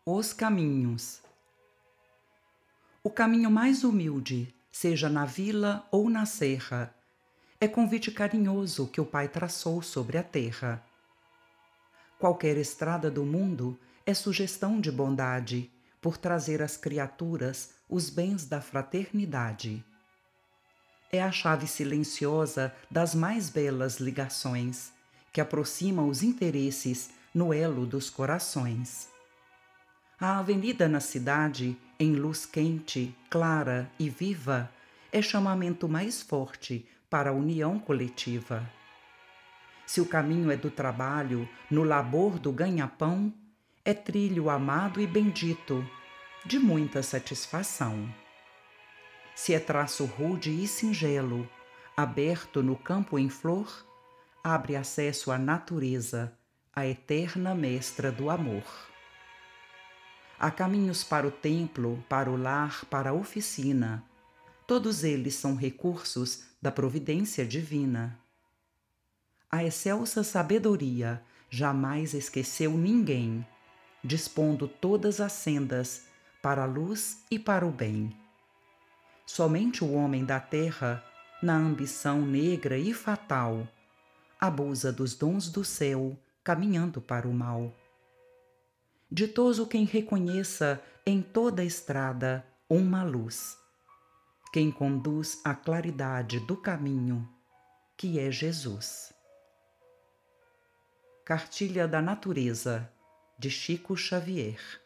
Os caminhos. O caminho mais humilde, seja na vila ou na serra, é convite carinhoso que o Pai traçou sobre a terra. Qualquer estrada do mundo é sugestão de bondade, por trazer às criaturas os bens da fraternidade. É a chave silenciosa das mais belas ligações, que aproxima os interesses no elo dos corações. A avenida na cidade, em luz quente, clara e viva, é chamamento mais forte para a união coletiva. Se o caminho é do trabalho, no labor do ganha-pão, é trilho amado e bendito, de muita satisfação. Se é traço rude e singelo, aberto no campo em flor, abre acesso à natureza, a eterna mestra do amor. Há caminhos para o templo, para o lar, para a oficina. Todos eles são recursos da providência divina. A excelsa sabedoria jamais esqueceu ninguém, dispondo todas as sendas para a luz e para o bem. Somente o homem da terra, na ambição negra e fatal, abusa dos dons do céu, caminhando para o mal. Ditoso quem reconheça em toda estrada uma luz, quem conduz à claridade do caminho, que é Jesus. Cartilha da Natureza, de Chico Xavier.